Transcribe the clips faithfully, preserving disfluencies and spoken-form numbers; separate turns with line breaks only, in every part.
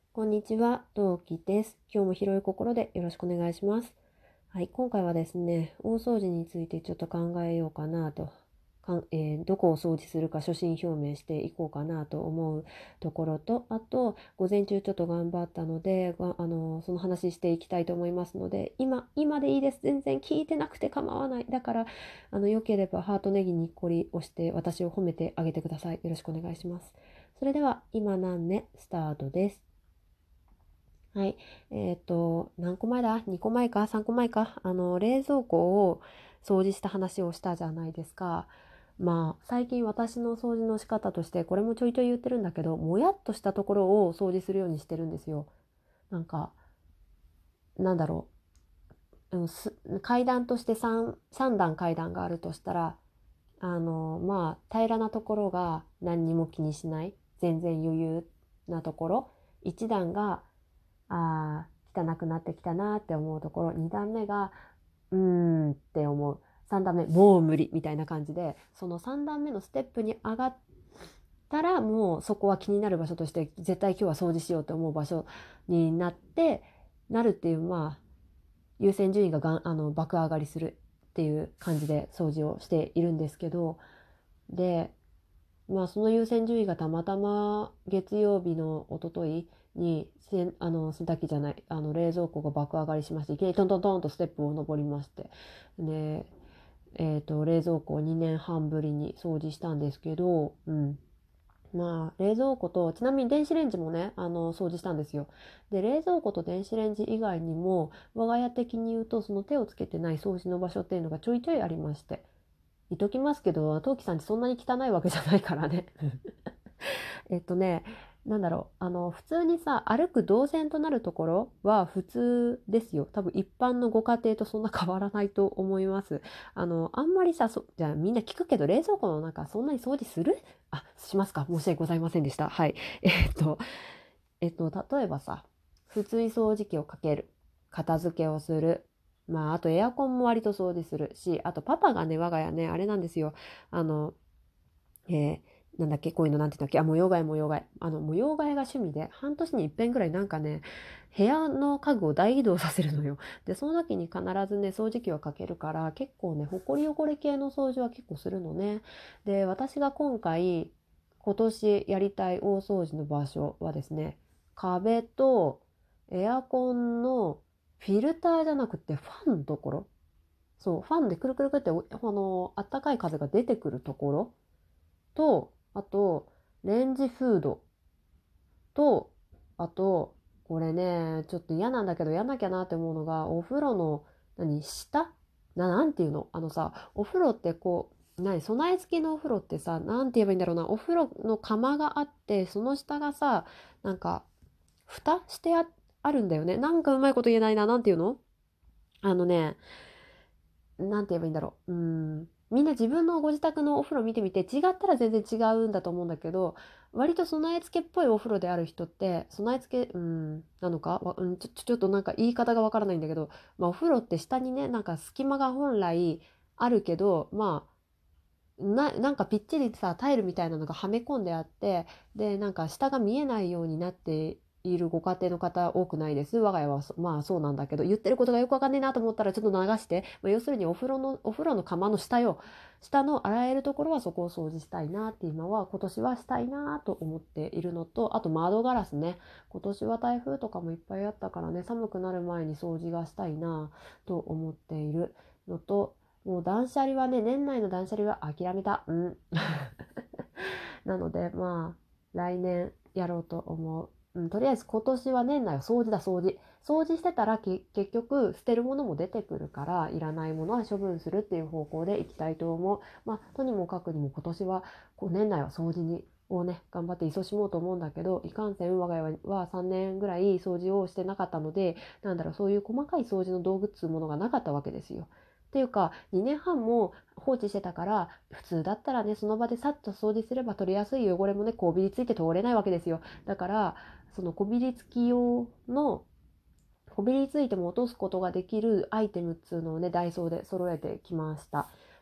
こんにちは、トウキです。今日も広い心でよろしくお願いします。はい、今回はですね、大掃除についてちょっと考えようかなと、かんえーどこを掃除するか所信表明していこうかなと思うところと、あと、午前中ちょっと頑張ったので、があのその話していきたいと思いますので、今、今でいいです。全然聞いてなくて構わない。だから、あの、よければハートネギにっこり押して私を褒めてあげてください。よろしくお願いします。それでは、今何目スタートです。はい。えっと、何個前だ ?に 個前かさんこまえか。あの、冷蔵庫を掃除した話をしたじゃないですか。まあ、最近私の掃除の仕方として、これもちょいちょい言ってるんだけど、もやっとしたところを掃除するようにしてるんですよ。なんか、なんだろう。うんす階段として3、さん段階段があるとしたら、あの、まあ、平らなところが何にも気にしない。全然余裕なところ。いち段が、あー汚くなってきたなって思うところ、に段目がうーんって思う、さん段目もう無理みたいな感じで、そのさん段目のステップに上がったらもうそこは気になる場所として絶対今日は掃除しようと思う場所になってなるっていう、まあ優先順位ががんあの爆上がりするっていう感じで掃除をしているんですけど、でまあその優先順位がたまたま月曜日の一昨日にせんあの洗濯機じゃないあの冷蔵庫が爆上がりしまして、いきなりトントントンとステップを上りまして、で、えー、と冷蔵庫をにねんはんぶりに掃除したんですけど、うん、まあ冷蔵庫と、ちなみに電子レンジもねあの掃除したんですよ。で冷蔵庫と電子レンジ以外にも我が家的に言うと、その手をつけてない掃除の場所っていうのがちょいちょいありまして、言っときますけど、陶器さんってそんなに汚いわけじゃないからね。えっとね、なんだろう、あの、普通にさ、歩く動線となるところは普通ですよ。多分一般のご家庭とそんな変わらないと思います。あの、あんまりさ、そ、じゃあみんな聞くけど、冷蔵庫の中そんなに掃除するあ、しますか？申し訳ございませんでした。はい。えっと、えっと、例えばさ、普通に掃除機をかける。片付けをする。まあ、あとエアコンも割と掃除するし、あとパパがね、我が家ね、あれなんですよ。あの、えーなんだっけ、こういうのなんて言うんだっけ、あ、模様替え模様替え。あの、模様替えが趣味で、半年に一遍ぐらいなんかね、部屋の家具を大移動させるのよ。で、その時に必ずね、掃除機をかけるから、結構ね、ほこり汚れ系の掃除は結構するのね。で、私が今回、今年やりたい大掃除の場所はですね、壁とエアコンのフィルターじゃなくてファンのところ。そう、ファンでくるくるくるっておあの、あったかい風が出てくるところと、あと、レンジフードと、あと、これね、ちょっと嫌なんだけど、やんなきゃなって思うのが、お風呂の、何、下な、なんていうのあのさ、お風呂ってこう、何、備え付けのお風呂ってさ、なんて言えばいいんだろうな、お風呂の釜があって、その下がさ、なんか、蓋してあ、あるんだよね。なんかうまいこと言えないな、なんていうのあのね、なんて言えばいいんだろう。うん。みんな自分のご自宅のお風呂見てみて、違ったら全然違うんだと思うんだけど、割と備え付けっぽいお風呂である人って、備え付け、うん、なのかわうん、ちょ、ちょちょっとなんか言い方がわからないんだけど、まあお風呂って下にね、なんか隙間が本来あるけど、まあ、な、なんかぴっちりさ、タイルみたいなのがはめ込んであって、で、なんか下が見えないようになっているご家庭の方多くないです。我が家はそまあそうなんだけど、言ってることがよくわかんないなと思ったらちょっと流して、まあ、要するにお風呂の、お風呂の釜の下よ。下の洗えるところはそこを掃除したいなって今は、今年はしたいなと思っているのと、あと窓ガラスね。今年は台風とかもいっぱいあったからね、寒くなる前に掃除がしたいなと思っているのと、もう断捨離はね、年内の断捨離は諦めた。うん。なので、まあ、来年やろうと思う。うん、とりあえず今年は年内は掃除だ、掃除。掃除してたら結局捨てるものも出てくるから、いらないものは処分するっていう方向でいきたいと思う。まあ、とにもかくにも今年は、こう年内は掃除に、をね、頑張って勤しもうと思うんだけど、いかんせん我が家はさんねんぐらい掃除をしてなかったので、なんだろう、そういう細かい掃除の道具っつうものがなかったわけですよ。っていうかにねんはんも放置してたから、普通だったらねその場でさっと掃除すれば取れやすい汚れもねこびりついて通れないわけですよ。だからそのこびりつき用のこびりついても落とすことができるアイテムっつうのをねダイソーで揃えてきました。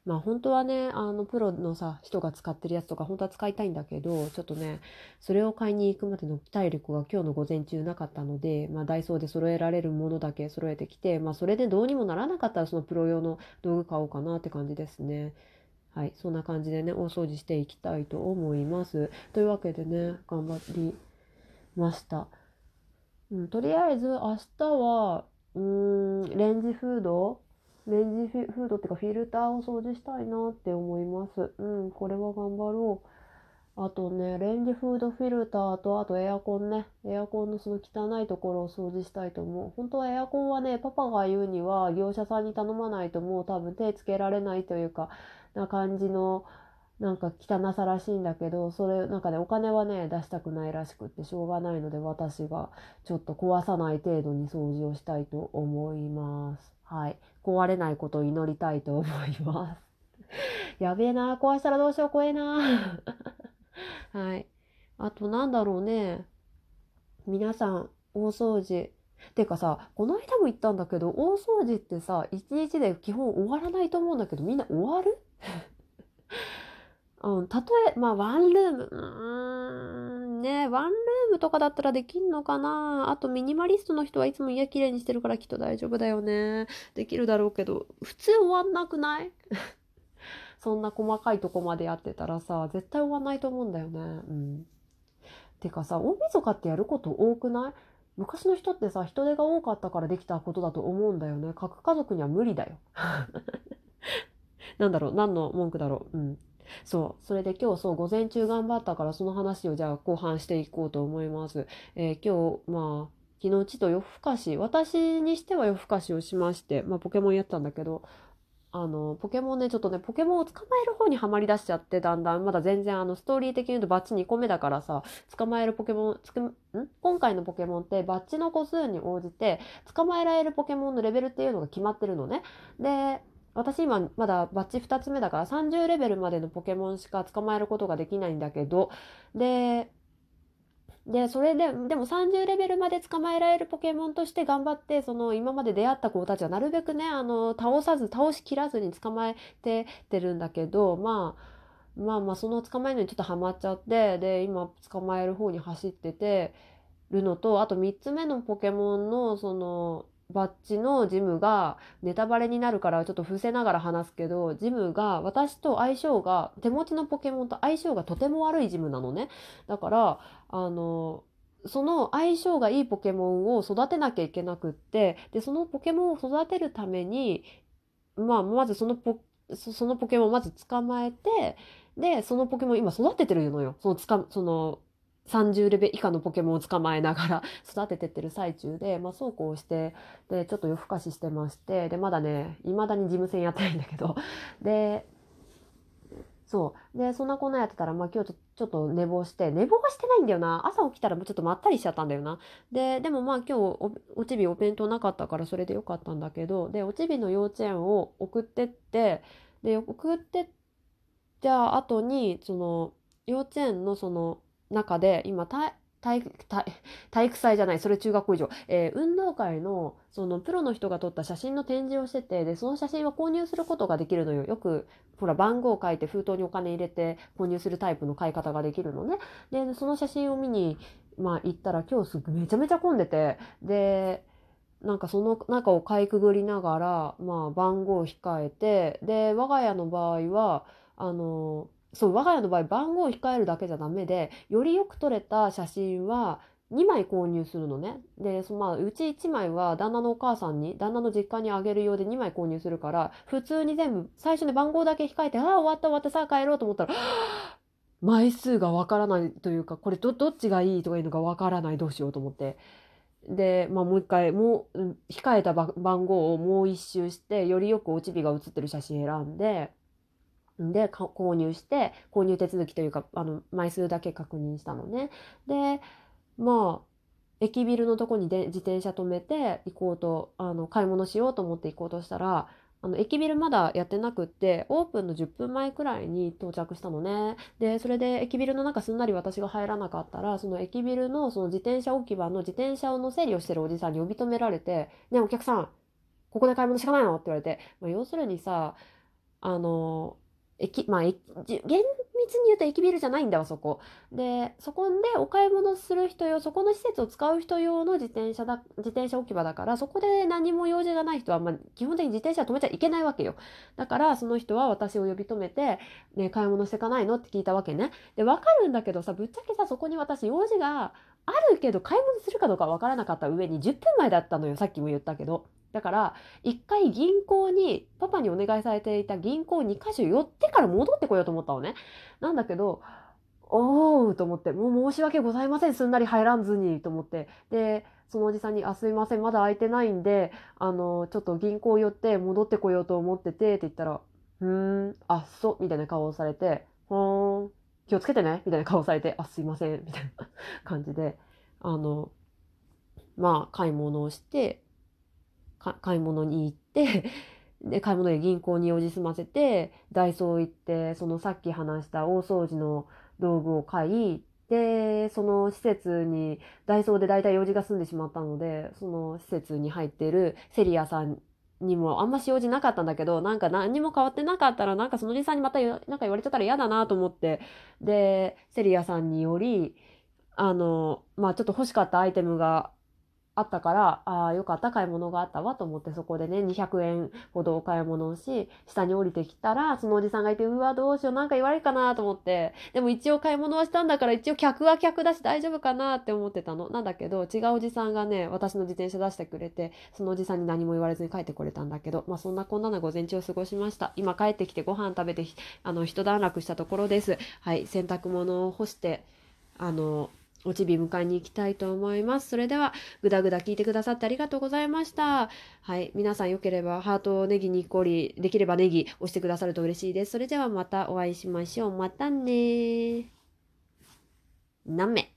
まあ本当はね、あのプロのさ、人が使ってるやつとか本当は使いたいんだけど、ちょっとね、それを買いに行くまでの体力が今日の午前中なかったので、まあダイソーで揃えられるものだけ揃えてきて、まあそれでどうにもならなかったらそのプロ用の道具買おうかなって感じですね。はい、そんな感じでね、大掃除していきたいと思います。というわけでね、頑張りました。うん、とりあえず明日は、うーん、レンジフードレンジフードっていうかフィルターを掃除したいなって思います。うん、これは頑張ろう。あとね、レンジフードフィルターと、あとエアコンね。エアコンのその汚いところを掃除したいと思う。本当はエアコンはね、パパが言うには業者さんに頼まないともう多分手つけられないというか、な感じの、なんか汚さらしいんだけど、それ、なんかね、お金はね、出したくないらしくってしょうがないので、私がちょっと壊さない程度に掃除をしたいと思います。はい。壊れないことを祈りたいと思います。やべえな、壊したらどうしよう、怖えな。はい。あとなんだろうね。皆さん、大掃除。てかさ、この間も言ったんだけど、大掃除ってさ、一日で基本終わらないと思うんだけど、みんな終わる？うん、たとえ、まあ、ワンルーム、うーん、ね、ワンルームとかだったらできんのかな。あと、ミニマリストの人はいつも家きれいにしてるからきっと大丈夫だよね。できるだろうけど、普通終わんなくない？そんな細かいとこまでやってたらさ、絶対終わんないと思うんだよね。うん。てかさ、大晦日ってやること多くない？昔の人ってさ、人手が多かったからできたことだと思うんだよね。核家族には無理だよ。なんだろう、何の文句だろう。うん。そう。それで今日そう、午前中頑張ったから、その話をじゃあ後半していこうと思います。えー今日、まあ、昨日ちと夜更かし、私にしては夜更かしをしまして、まあ、ポケモンやったんだけど、あの、ポケモンね、ちょっとね、ポケモンを捕まえる方にはまり出しちゃって、だんだん、まだ全然、あの、ストーリー的に言うとバッチにこめだからさ、捕まえるポケモン、つく、ん今回のポケモンってバッチの個数に応じて、捕まえられるポケモンのレベルっていうのが決まってるのね。で、私今まだバッチふたつめだからさんじゅうレベルまでのポケモンしか捕まえることができないんだけど、で、で、それで、でもさんじゅうレベルまで捕まえられるポケモンとして頑張って、その今まで出会った子たちはなるべくね、あの、倒さず、倒しきらずに捕まえてってるんだけど、まあ、まあまあ、その捕まえるのにちょっとハマっちゃって、で、今捕まえる方に走ってて、るのと、あとみっつめのポケモンのそのバッジのジムがネタバレになるからちょっと伏せながら話すけど、ジムが私と相性が、手持ちのポケモンと相性がとても悪いジムなのね。だからあのその相性がいいポケモンを育てなきゃいけなくって、でそのポケモンを育てるために、まあまずそのポそそのポケモンをまず捕まえて、でそのポケモン今育ててるのよ。そのつかそのさんじゅうレベル以下のポケモンを捕まえながら育ててってる最中で、まあ、そうこうして、で、ちょっと夜更かししてまして、で、まだね、未だに事務戦やってないんだけど、で、そう。で、そんなこんなやってたら、まあ今日ちょちょっと寝坊して、寝坊はしてないんだよな。朝起きたらもうちょっとまったりしちゃったんだよな。で、でもまあ今日お、おちびお弁当なかったからそれでよかったんだけど、で、おちびの幼稚園を送ってって、で、送ってった後に、その、幼稚園のその中で、今、体体体体育祭じゃない、それ中学校以上、えー運動会のそのプロの人が撮った写真の展示をしてて、でその写真は購入することができるのよ。よくほら番号を書いて封筒にお金入れて購入するタイプの買い方ができるのね。でその写真を見に、まあ、行ったら今日すぐめちゃめちゃ混んでて、でなんかその中をかいくぐりながら、まあ、番号を控えて、で我が家の場合はあのそう我が家の場合番号を控えるだけじゃダメで、よりよく撮れた写真はにまい購入するのね。でそ、まあ、うちいちまいは旦那のお母さんに、旦那の実家にあげるようでにまい購入するから、普通に全部最初に番号だけ控えて、ああ終わった終わったさあ帰ろうと思ったら、枚数がわからないというか、これ ど, どっちがいいとかいうのがわからない、どうしようと思って。で、まあ、もう一回もう、うん、控えたば番号をもう一周して、よりよくおちびが写ってる写真選んで、でか購入して、購入手続きというかあの枚数だけ確認したのね。でまあ駅ビルのとこにで自転車止めて行こうと、あの買い物しようと思って行こうとしたら、あの駅ビルまだやってなくって、オープンのじゅっぷんまえくらいに到着したのね。でそれで駅ビルの中すんなり私が入らなかったら、その駅ビルのその自転車置き場の自転車の整理をしてるおじさんに呼び止められて「ねえお客さん、ここで買い物しかないの？」って言われて、まあ、要するにさ、 あの、駅、まあ、駅じ厳密に言うと駅ビルじゃないんだわ、そこ。で、そこでお買い物する人用、そこの施設を使う人用の自転車だ、自転車置き場だから、そこで何も用事がない人は、まあ、基本的に自転車は止めちゃいけないわけよ。だから、その人は私を呼び止めて、ね、買い物してかないのって聞いたわけね。で、わかるんだけどさ、ぶっちゃけさ、そこに私用事があるけど、買い物するかどうかわからなかった上にじゅっぷんまえだったのよ、さっきも言ったけど。だから、一回銀行に、パパにお願いされていた銀行にかしょ寄ってから戻ってこようと思ったのね。なんだけど、おーと思って、もう申し訳ございません、すんなり入らんずに、と思って。で、そのおじさんに、あ、すいません、まだ空いてないんで、あの、ちょっと銀行寄って戻ってこようと思ってて、って言ったら、うーん、あ、そう、みたいな顔をされて、ほーん、気をつけてね、みたいな顔をされて、あ、すいません、みたいな感じで、あの、まあ、買い物をして、買い物に行ってで買い物で銀行に用事済ませてダイソー行ってそのさっき話した大掃除の道具を買いでその施設にダイソーで大体用事が済んでしまったのでその施設に入ってるセリアさんにもあんまし用事なかったんだけどなんか何にも変わってなかったらなんかそのおじさんにまたなんか言われちゃったら嫌だなと思ってでセリアさんによりあのまあちょっと欲しかったアイテムがあったから、ああ、よかった、買い物があったわと思って、そこでね、にひゃくえんほどお買い物をし、下に降りてきたら、そのおじさんがいて、うわ、どうしよう、なんか言われるかなと思って、でも一応買い物はしたんだから、一応客は客だし大丈夫かなって思ってたの。なんだけど、違うおじさんがね、私の自転車出してくれて、そのおじさんに何も言われずに帰ってこれたんだけど、まあそんなこんなな午前中を過ごしました。今帰ってきてご飯食べて、あの、一段落したところです。はい、洗濯物を干して、あの、おちび迎えに行きたいと思います。それでは、ぐだぐだ聞いてくださってありがとうございました。はい。皆さんよければ、ハート、ネギにっこり、できればネギ押してくださると嬉しいです。それではまたお会いしましょう。またねー。なめ。